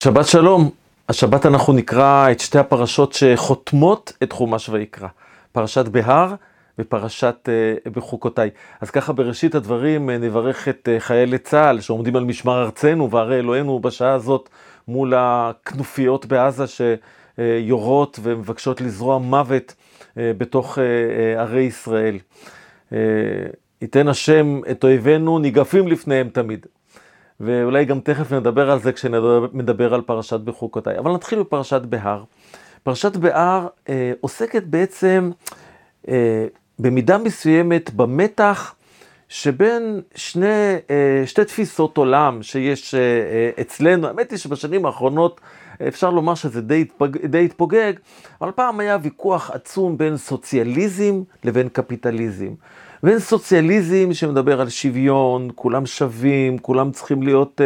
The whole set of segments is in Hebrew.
שבת שלום. השבת אנחנו נקרא את שתי הפרשות שחותמות את חומש ויקרא. פרשת בהר ופרשת בחוקותיי. אז ככה בראשית הדברים נברך את חיילי צה"ל שעומדים על משמר ארצנו והרי אלוהינו בשעה הזאת מול הכנופיות בעזה שיורות ומבקשות לזרוע מוות בתוך ערי ישראל. ייתן השם את אויבינו ניגפים לפניהם תמיד. ואולי גם תכף נדבר על זה כשנדבר על פרשת בחוקותיי. אבל נתחיל בפרשת בהר. פרשת בהר עוסקת בעצם במידה מסוימת במתח שבין שתי תפיסות עולם שיש אצלנו. האמת היא שבשנים האחרונות אפשר לומר שזה די התפוגג, אבל פעם היה ויכוח עצום בין סוציאליזם לבין קפיטליזם. בין סוציאליזם שמדבר על שוויון, כולם שווים, כולם צריכים להיות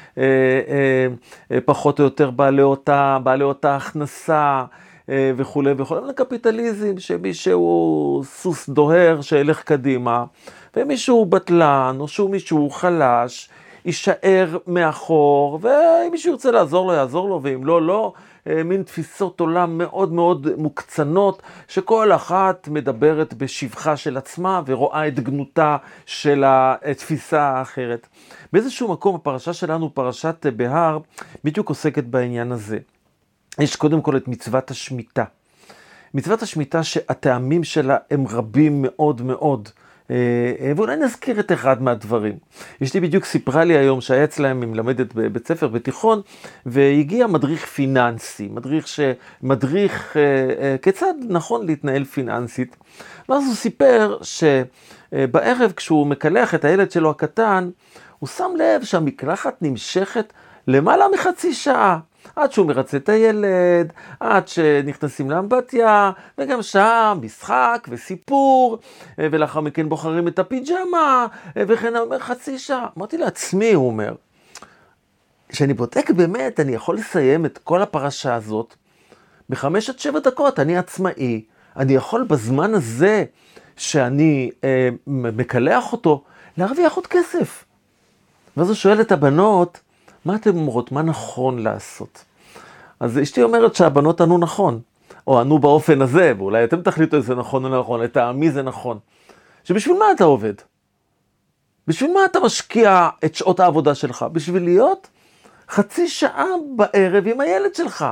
פחות או יותר בעלי אותה הכנסה וכו' וכו'. לקפיטליזם שמישהו סוס דוהר שילך קדימה, ומישהו בטלן או שהוא מישהו חלש, יישאר מאחור, ואם מישהו ירצה לעזור לו, יעזור לו, ואם לא, לא. מין תפיסות עולם מאוד מאוד מוקצנות, שכל אחת מדברת בשבחה של עצמה, ורואה את גנותה של התפיסה האחרת. באיזשהו מקום, הפרשה שלנו, פרשת בהר, בדיוק עוסקת בעניין הזה. יש קודם כל את מצוות השמיטה. מצוות השמיטה שהטעמים שלה הם רבים מאוד מאוד, ואולי נזכיר את אחד מהדברים. אשתי בדיוק סיפרה לי היום שהיה אצלהם, היא מלמדת בבית ספר בתיכון, והגיע מדריך פיננסי, מדריך כיצד נכון להתנהל פיננסית. ואז הוא סיפר שבערב כשהוא מקלח את הילד שלו הקטן, הוא שם לב שהמקלחת נמשכת למעלה מחצי שעה. עד שהוא מרצה את הילד, עד שנכנסים לאמבטיה, וגם שעה, משחק וסיפור, ולאחר מכן בוחרים את הפיג'מה, וכן אומר חצי שעה. אמרתי לעצמי, הוא אומר, שאני בודק באמת, אני יכול לסיים את כל הפרשה הזאת, ב5 עד 7 דקות, אני עצמאי, אני יכול בזמן הזה, שאני מקלח אותו, להרוויח עוד כסף. ואז הוא שואל את הבנות, מה אתן אומרות? מה נכון לעשות? אז אשתי אומרת שהבנות ענו נכון, או ענו באופן הזה, ואולי אתם תחליטו איזה נכון או לא נכון, לטעמי זה נכון. שבשביל מה אתה עובד? בשביל מה אתה משקיע את שעות העבודה שלך? בשביל להיות חצי שעה בערב עם הילד שלך.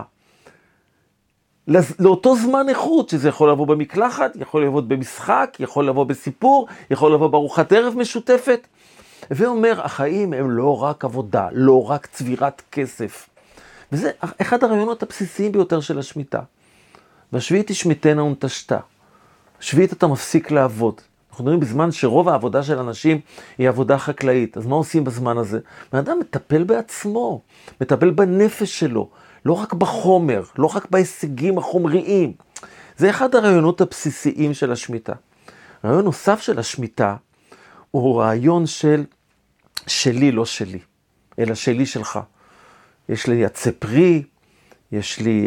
לאותו זמן איכות, שזה יכול לבוא במקלחת, יכול לבוא במשחק, יכול לבוא בסיפור, יכול לבוא בארוחת ערב משותפת. ואומר, החיים הם לא רק עבודה, לא רק צבירת כסף. וזה אחד הרעיונות הבסיסיים ביותר של השמיטה. והשביעית תשמיטנה ונטשתה. שביעית אתה מפסיק לעבוד. אנחנו מדברים בזמן שרוב העבודה של אנשים היא עבודה חקלאית. אז מה עושים בזמן הזה? האדם מטפל בעצמו, מטפל בנפש שלו, לא רק בחומר, לא רק בהישגים החומריים. זה אחד הרעיונות הבסיסיים של השמיטה. רעיון נוסף של השמיטה, הוא רעיון של שלי, לא שלי, אלא שלי שלך. יש לי עצי פרי, יש לי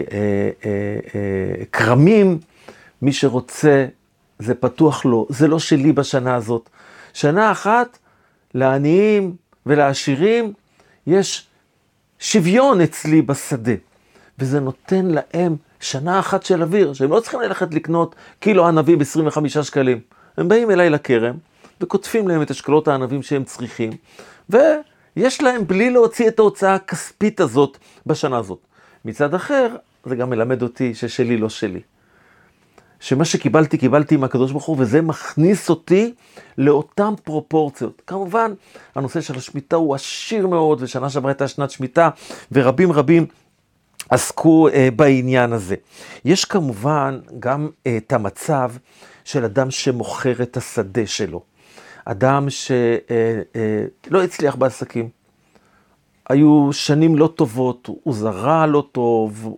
קרמים, מי שרוצה, זה פתוח לו, זה לא שלי בשנה הזאת. שנה אחת, לעניים ולעשירים, יש שוויון אצלי בשדה, וזה נותן להם שנה אחת של אוויר, שהם לא צריכים ללכת לקנות קילו ענבים ב25 שקלים. הם באים אליי לכרם, וכותפים להם את אשכולות הענבים שהם צריכים, ויש להם בלי להוציא את ההוצאה הכספית הזאת בשנה הזאת. מצד אחר, זה גם מלמד אותי ששלי לא שלי. שמה שקיבלתי, קיבלתי עם הקדוש ברוך הוא, וזה מכניס אותי לאותן פרופורציות. כמובן, הנושא של השמיטה הוא עשיר מאוד, ושנה שעברה הייתה שנת שמיטה, ורבים רבים עסקו בעניין הזה. יש כמובן גם את המצב של אדם שמוכר את השדה שלו. אדם שלא הצליח בעסקים. היו שנים לא טובות, הוא זרע לא טוב,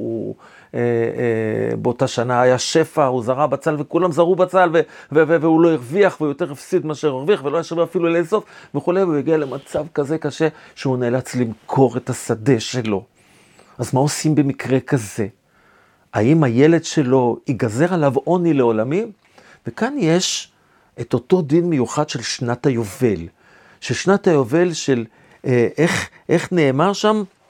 באותה שנה היה שפע, הוא זרע בצל וכולם זרו בצל, והוא לא הרוויח, והוא יותר הפסיד מה שהרוויח, ולא היה שווה אפילו לאסוף, וכו', והוא הגיע למצב כזה קשה, שהוא נאלץ למכור את השדה שלו. אז מה עושים במקרה כזה? האם הילד שלו ייגזר עליו עוני לעולמים? וכאן יש את אותו דין מיוחד של שנת היובל. ששנת היובל של איך נאמר שם?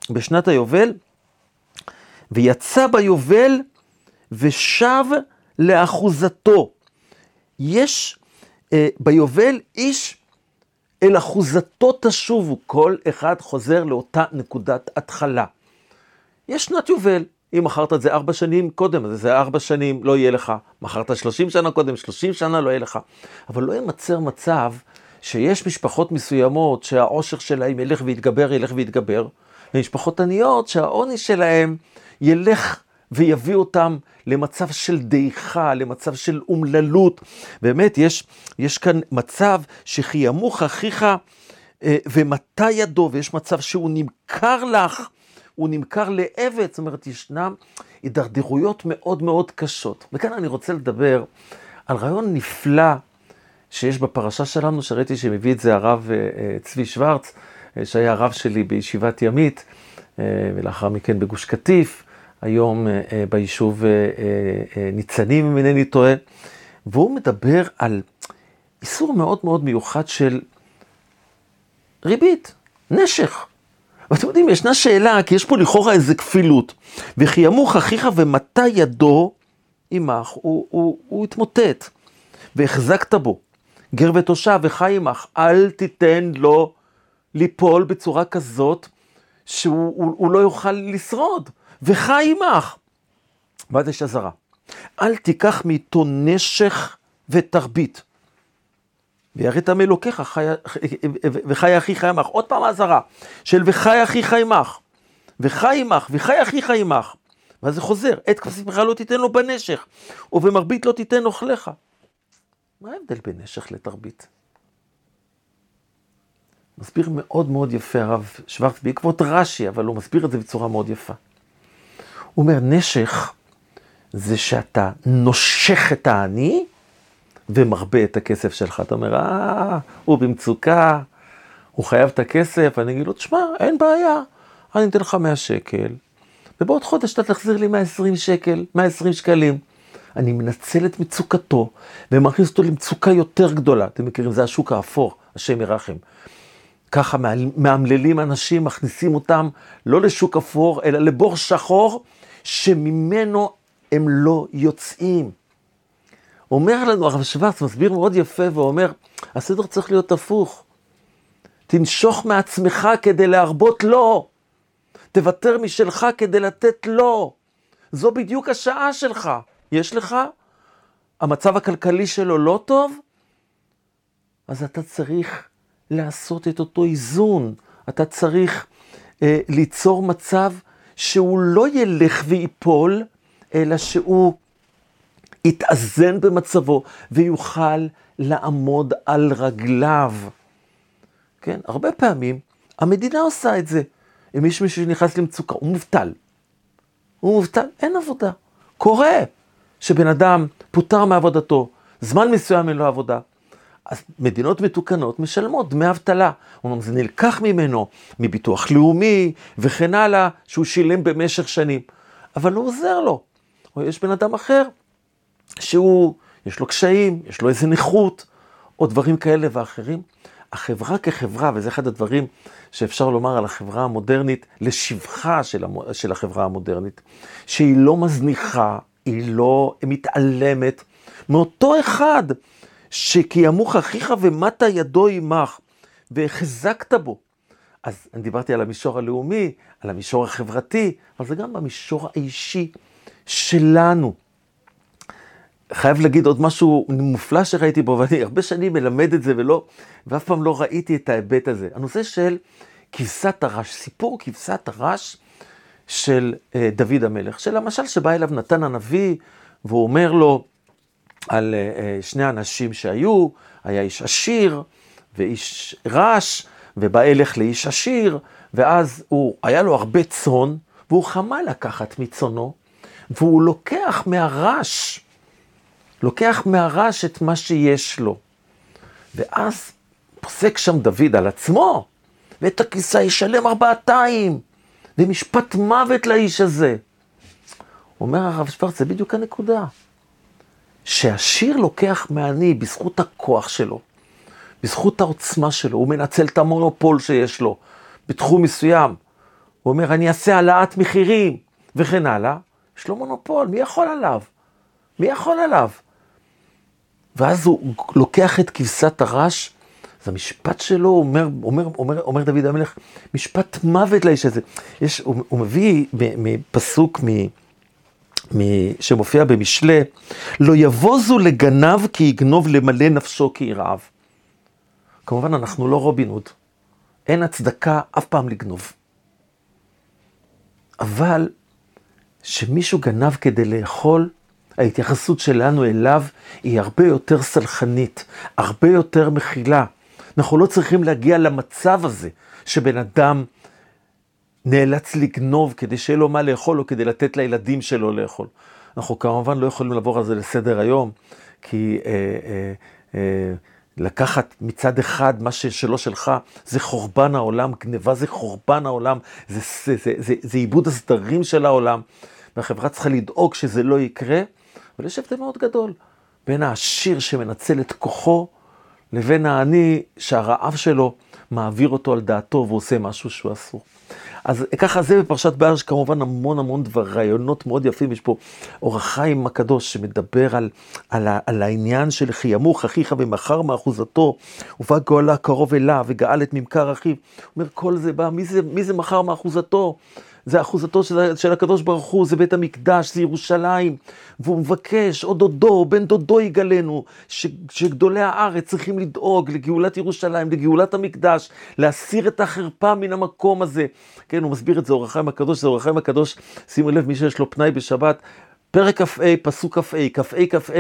בשנת היובל, ויצא ביובל ושב לאחוזתו. יש ביובל איש אל אחוזתו תשובו, כל אחד חוזר לאותה נקודת התחלה. יש שנת יובל, אם מכרת את זה 4 שנים קודם, אז זה 4 שנים לא יהיה לך, מכרת 30 שנה קודם, 30 שנה לא יהיה לך, אבל לא ימצר מצב שיש משפחות מסוימות שהעושר שלהם ילך ויתגבר, ומשפחות עניות שהעוני שלהם ילך ויביא אותם למצב של דעיכה, למצב של אומללות. באמת יש כאן מצב שחיימוך אחיך ומטה ידו, ויש מצב שהוא נמכר לך, הוא נמכר לעבד, זאת אומרת ישנם הידרדרויות מאוד מאוד קשות. וכאן אני רוצה לדבר על רעיון נפלא שיש בפרשה שלנו, שראיתי שמביא את זה הרב צבי שוורץ, שהיה הרב שלי בישיבת ימית, ולאחר מכן בגוש קטיף, היום ביישוב ניצנים אם אינני טועה, והוא מדבר על איסור מאוד מאוד מיוחד של ריבית, נשך. ואתם יודעים, ישנה שאלה, כי יש פה לכאורה איזה כפילות, וחיימוך אחיך ומטה ידו עמך, הוא התמוטט, והחזקת בו, גר ותושב וחי עמך, אל תיתן לו ליפול בצורה כזאת, שהוא לא יוכל לשרוד, וחי עמך. ואז יש אזהרה, אל תיקח מאיתו נשך ותרבית, ויראת מאלוקיך וחי אחיך עמך. עוד פעם אזהרה של וחי אחיך עמך, וחי עמך, וחי אחיך עמך. ואז זה חוזר, את כבשך לא תיתן לו בנשך, ובמרבית לא תיתן אוכלך. מה ההבדל בין נשך לתרבית? מסביר מאוד מאוד יפה הרב שוורץ, בעקבות רש"י, אבל הוא מסביר את זה בצורה מאוד יפה. הוא אומר, נשך זה שאתה נושך את העני, ומרבה את הכסף שלך. אתה אומר, הוא במצוקה, הוא חייב את הכסף, אני אגיד לו, תשמע, אין בעיה, אני אתן לך 100 שקל, ובעוד חודש אתה תחזיר לי 120 שקל, 120 שקלים. אני מנצל את מצוקתו, ומכניס אותו למצוקה יותר גדולה. אתם מכירים, זה השוק האפור, השם ירחם. ככה מאמללים אנשים, מכניסים אותם לא לשוק אפור, אלא לבור שחור, שממנו הם לא יוצאים. אומר לנו הרב שוורץ, מסביר מאוד יפה, ואומר, הסדר צריך להיות הפוך. תנשוך מעצמך כדי להרבות לו. תוותר משלך כדי לתת לו. זו בדיוק השעה שלך. יש לך? המצב הכלכלי שלו לא טוב? אז אתה צריך לעשות את אותו איזון. אתה צריך ליצור מצב שהוא לא ילך ויפול, אלא שהוא יתאזן במצבו ויוכל לעמוד על רגליו. כן, הרבה פעמים המדינה עושה את זה. אם יש מישהו שנכנס למצוקה, הוא מובטל. אין עבודה. קורה שבן אדם פוטר מעבודתו, זמן מסוים אין לו עבודה. אז מדינות מתוקנות משלמות דמי אבטלה. זה נלקח ממנו, מביטוח לאומי וכן הלאה, שהוא שילם במשך שנים. אבל לא עוזר לו. או יש בן אדם אחר, יש לו קשיים, יש לו איזה נכות, או דברים כאלה ואחרים. החברה כחברה, וזה אחד הדברים שאפשר לומר על החברה המודרנית, לשבחה של החברה המודרנית, שהיא לא מזניחה, היא לא מתעלמת, מאותו אחד שקיימוך אחיך ומטה ידו עמך, והחזקת בו. אז אני דיברתי על המישור הלאומי, על המישור החברתי, אבל זה גם במישור האישי שלנו. חייב להגיד עוד משהו מופלא שראיתי בו, ואני הרבה שנים מלמד את זה ואף פעם לא ראיתי את ההיבט הזה. הנושא של כבשת הרש, סיפור כבשת הרש של דוד המלך, של המשל שבא אליו נתן הנביא, והוא אומר לו על שני אנשים שהיו, היה איש עשיר ואיש רש, ובא אלך לאיש עשיר, ואז היה לו הרבה צאן, והוא חמה לקחת מצונו, והוא לוקח מהרש את מה שיש לו. ואז פוסק שם דוד על עצמו, ואת הכיסא ישלם 400, ומשפט מוות לאיש הזה. אומר הרב שוורץ, זה בדיוק הנקודה. שהשיר לוקח מעני בזכות הכוח שלו, בזכות העוצמה שלו, הוא מנצל את המונופול שיש לו בתחום מסוים. הוא אומר, אני אעשה העלאת מחירים, וכן הלאה. יש לו מונופול, מי יכול עליו? מי יכול עליו? ואז הוא לוקח את כבשת הרש, אז המשפט שלו אומר דוד המלך, משפט מוות לאיש הזה. הוא מביא מפסוק שמופיע במשלי, לא יבוזו לגנב כי יגנוב למלא נפשו כי ירעב. כמובן אנחנו לא רובין הוד, אין הצדקה אף פעם לגנוב. אבל שמישהו גנב כדי לאכול, ההתייחסות שלנו אליו היא הרבה יותר סלחנית, הרבה יותר מכילה. אנחנו לא צריכים להגיע למצב הזה שבן אדם נאלץ לגנוב כדי שיהיה לו מה לאכול או כדי לתת לילדים שלו לאכול. אנחנו כמובן לא יכולים לעבור על זה לסדר היום, כי לקחת מצד אחד מה שלא שלך, זה חורבן העולם, גניבה זה חורבן העולם, זה עיבוד הסדרים של העולם, והחברה צריכה לדאוג שזה לא יקרה, אבל יש הבדל מאוד גדול בין העשיר שמנצל את כוחו, לבין העני שהרעב שלו מעביר אותו על דעתו ועושה משהו שהוא אסור. אז ככה זה בפרשת בהר, שכמובן המון רעיונות מאוד יפים. יש פה אור החיים הקדוש שמדבר על העניין של כי ימוך אחיך ומכר מאחוזתו, ובא גואלה קרוב אליו וגאל את ממכר אחיו. הוא אומר, כל זה בא, מי זה מכר מאחוזתו? זה אחוזתו של הקדוש ברוך הוא, זה בית המקדש, זה ירושלים, והוא מבקש, או דודו, בן דודו יגלנו, שגדולי הארץ צריכים לדאוג לגאולת ירושלים, לגאולת המקדש, להסיר את החרפה מן המקום הזה. כן, הוא מסביר את זה, אור החיים הקדוש, זה אור החיים הקדוש, שימו לב, מי שיש לו פנאי בשבת, פרק כ"ה, פסוק כ"ה,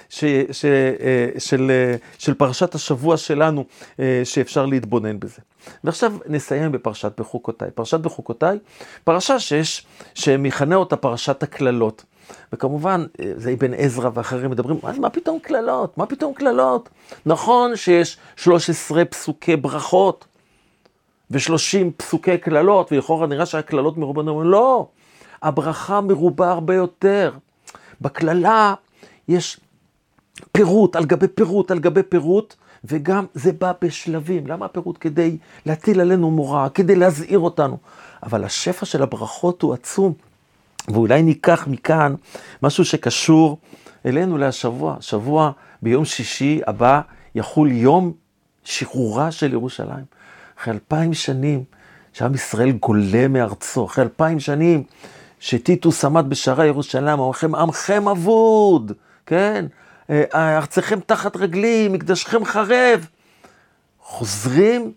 של פרשת השבוע שלנו, שאפשר להתבונן בזה. ועכשיו נסיים בפרשת בחוקותיי. פרשת בחוקותיי, פרשה שמכנה אותה פרשת הכללות. וכמובן, זה אבן עזרא ואחרים מדברים, מה פתאום כללות? מה פתאום כללות? נכון שיש 13 פסוקי ברכות, ו30 פסוקי כללות, ולכאורה נראה שהכללות מרובות, לא, הברכה מרובה הרבה יותר. בכללה יש פירוט על גבי פירוט על גבי פירוט, וגם זה בא בשלבים. למה הפירוט? כדי להטיל עלינו מורא, כדי להזהיר אותנו. אבל השפע של הברכות הוא עצום, ואולי ניקח מכאן משהו שקשור אלינו להשבוע. שבוע ביום שישי הבא יחול יום שחרורה של ירושלים. אחרי 2000 שנים שעם ישראל גולה מארצו, אחרי 2000 שנים שטיטוס עמד בשערי ירושלים, עמכם אבוד, כן? ארצכם תחת רגלי, מקדשכם חרב. חוזרים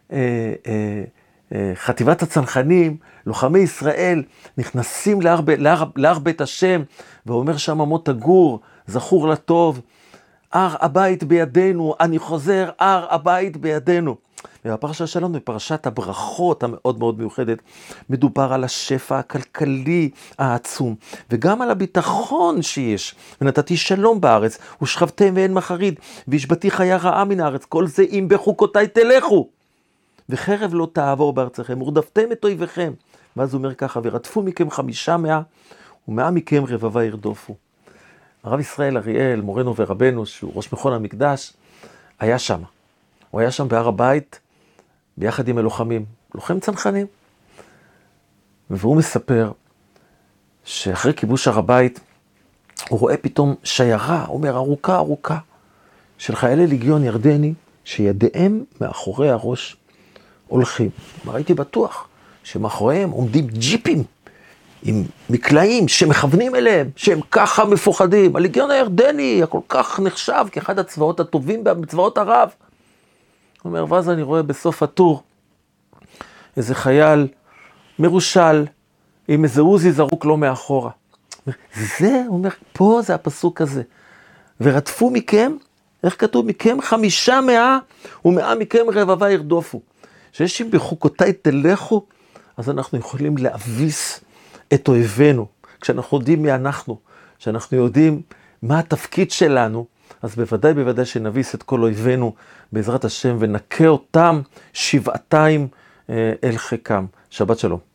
חטיבת הצנחנים, לוחמי ישראל, נכנסים להר בית השם, ואומר שם מות הגור, זכור לטוב, הר הבית בידינו, אני חוזר, הר הבית בידינו. ובפרשה שלנו, בפרשת הברכות המאוד מאוד מיוחדת, מדובר על השפע הכלכלי העצום, וגם על הביטחון שיש. ונתתי שלום בארץ, ושכבתם ואין מחריד, והשבתי חיה רעה מן הארץ, כל זה אם בחוקותיי תלכו. וחרב לא תעבור בארצכם, ורדפתם את אויביכם. ואז הוא אומר ככה, ורדפו מכם 500, ו100 מכם רבבה ירדופו. הרב ישראל אריאל, מורנו ורבנו, שהוא ראש מכון המקדש, היה שם. הוא היה שם בהר הבית, ביחד עם הלוחמים, לוחם צנחנים. והוא מספר שאחרי כיבוש הר הבית, הוא רואה פתאום שיירה, הוא אומר, ארוכה, של חיילי לגיון ירדני, שידיהם מאחורי הראש הולכים. הייתי בטוח שמאחוריהם עומדים ג'יפים, עם מקלעים שמכוונים אליהם, שהם ככה מפוחדים. הלגיון הירדני, הכל כך נחשב כאחד הצבאות הטובים בצבאות ערב. הוא אומר, ואז אני רואה בסוף הטור, איזה חייל מרושל, עם איזה עוזי זרוק לו מאחורה. זה, הוא אומר, פה זה הפסוק הזה. ורדפו מכם, איך כתוב? מכם 500, ו100 מכם רבבה ירדופו. שיש אם בחוקותיי תלכו, אז אנחנו יכולים להביס את אויבינו. כשאנחנו יודעים מי אנחנו, כשאנחנו יודעים מה התפקיד שלנו, אז בוודאי שנביס את כל אויבינו בעזרת השם, ונקה אותם שבעתיים אל חיקם. שבת שלום.